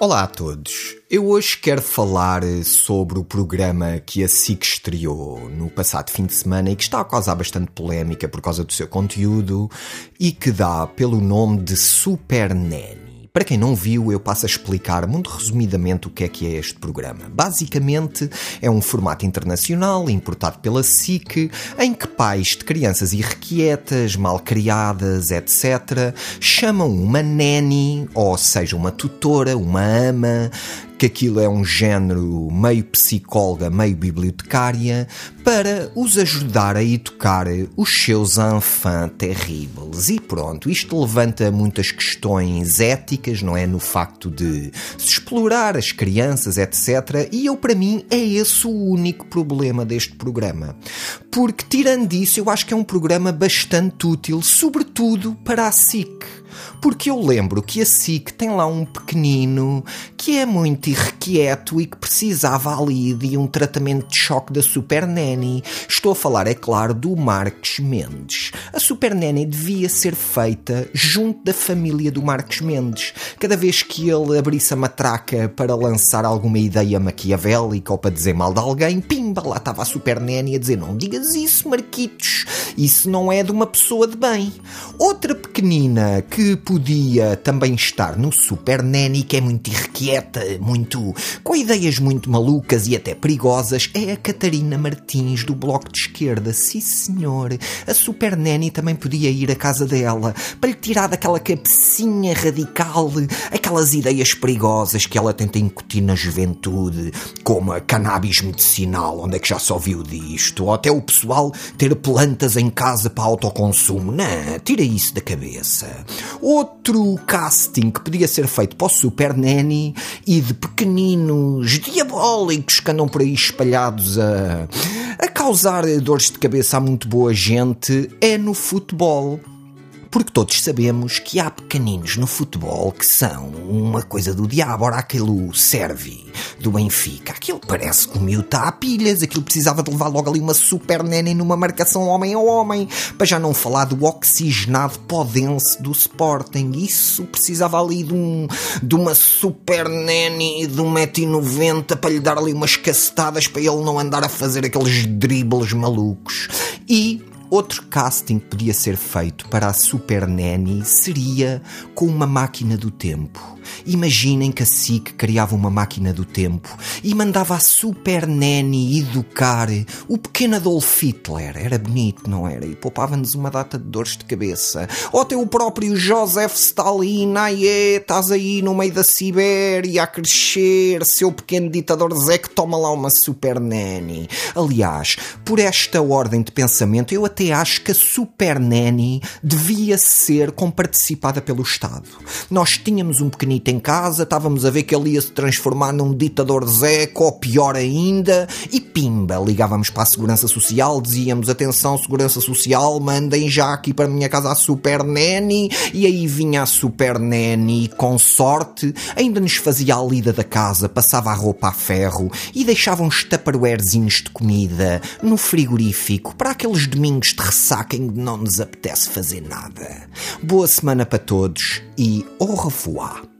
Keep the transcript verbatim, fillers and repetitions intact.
Olá a todos. Eu hoje quero falar sobre o programa que a S I C estreou no passado fim de semana e que está a causar bastante polémica por causa do seu conteúdo e que dá pelo nome de Super Nanny. Para quem não viu, eu passo a explicar muito resumidamente o que é que é este programa. Basicamente, é um formato internacional importado pela S I C, em que pais de crianças irrequietas, malcriadas, etcétera, chamam uma nanny, ou seja, uma tutora, uma ama, que aquilo é um género meio psicóloga, meio bibliotecária, para os ajudar a educar os seus enfants terríveis. E pronto, isto levanta muitas questões éticas, não é? No facto de se explorar as crianças, etcétera. E eu, para mim, é esse o único problema deste programa. Porque, tirando isso, eu acho que é um programa bastante útil, sobretudo para a S I C. Porque eu lembro que a S I C tem lá um pequenino que é muito irrequieto e que precisava ali de um tratamento de choque da Super Nanny. Estou a falar, é claro, do Marques Mendes. A Super Nanny devia ser feita junto da família do Marques Mendes. Cada vez que ele abrisse a matraca para lançar alguma ideia maquiavélica ou para dizer mal de alguém, pimba, lá estava a Super Nanny a dizer: não digas isso, Marquitos, isso não é de uma pessoa de bem. Outra pequenina que podia também estar no Super Nanny, que é muito irrequieta, muito, com ideias muito malucas e até perigosas, é a Catarina Martins, do Bloco de Esquerda. Sim, senhor. A Super Nanny também podia ir à casa dela para lhe tirar daquela cabecinha radical aquelas ideias perigosas que ela tenta incutir na juventude, como a cannabis medicinal, onde é que já só viu disto, ou até o pessoal ter plantas em casa para autoconsumo. Não, tira isso da cabeça. Outro casting que podia ser feito para o Super Nanny e de pequeninos diabólicos que andam por aí espalhados a, a causar dores de cabeça a muito boa gente é no futebol. Porque todos sabemos que há pequeninos no futebol que são uma coisa do diabo. Ora, aquele Servi do Benfica, aquilo parece que o miúdo está a pilhas, aquilo precisava de levar logo ali uma Super Nanny numa marcação homem a homem, para já não falar do oxigenado Podense do Sporting. Isso precisava ali de, um, de uma Super Nanny de um metro e noventa para lhe dar ali umas cacetadas para ele não andar a fazer aqueles dribles malucos. E outro casting que podia ser feito para a Super Nanny seria com uma máquina do tempo. Imaginem que a S I C criava uma máquina do tempo e mandava a Super Nanny educar o pequeno Adolf Hitler. Era bonito, não era? E poupava-nos uma data de dores de cabeça. Ou até o próprio Joseph Stalin. Ai é, estás aí no meio da Sibéria a crescer, seu pequeno ditador Zé, que toma lá uma Super Nanny. Aliás, por esta ordem de pensamento, eu até acho que a Super Nanny devia ser comparticipada pelo Estado. Nós tínhamos um pequenito em casa, estávamos a ver que ele ia se transformar num ditador Zeco, ou pior ainda, e pimba, ligávamos para a Segurança Social, dizíamos: atenção, Segurança Social, mandem já aqui para a minha casa a Super Nanny, e aí vinha a Super Nanny, com sorte, ainda nos fazia a lida da casa, passava a roupa a ferro e deixava uns tupperwarezinhos de comida no frigorífico para aqueles domingos de ressaca em que não nos apetece fazer nada. Boa semana para todos e au revoir.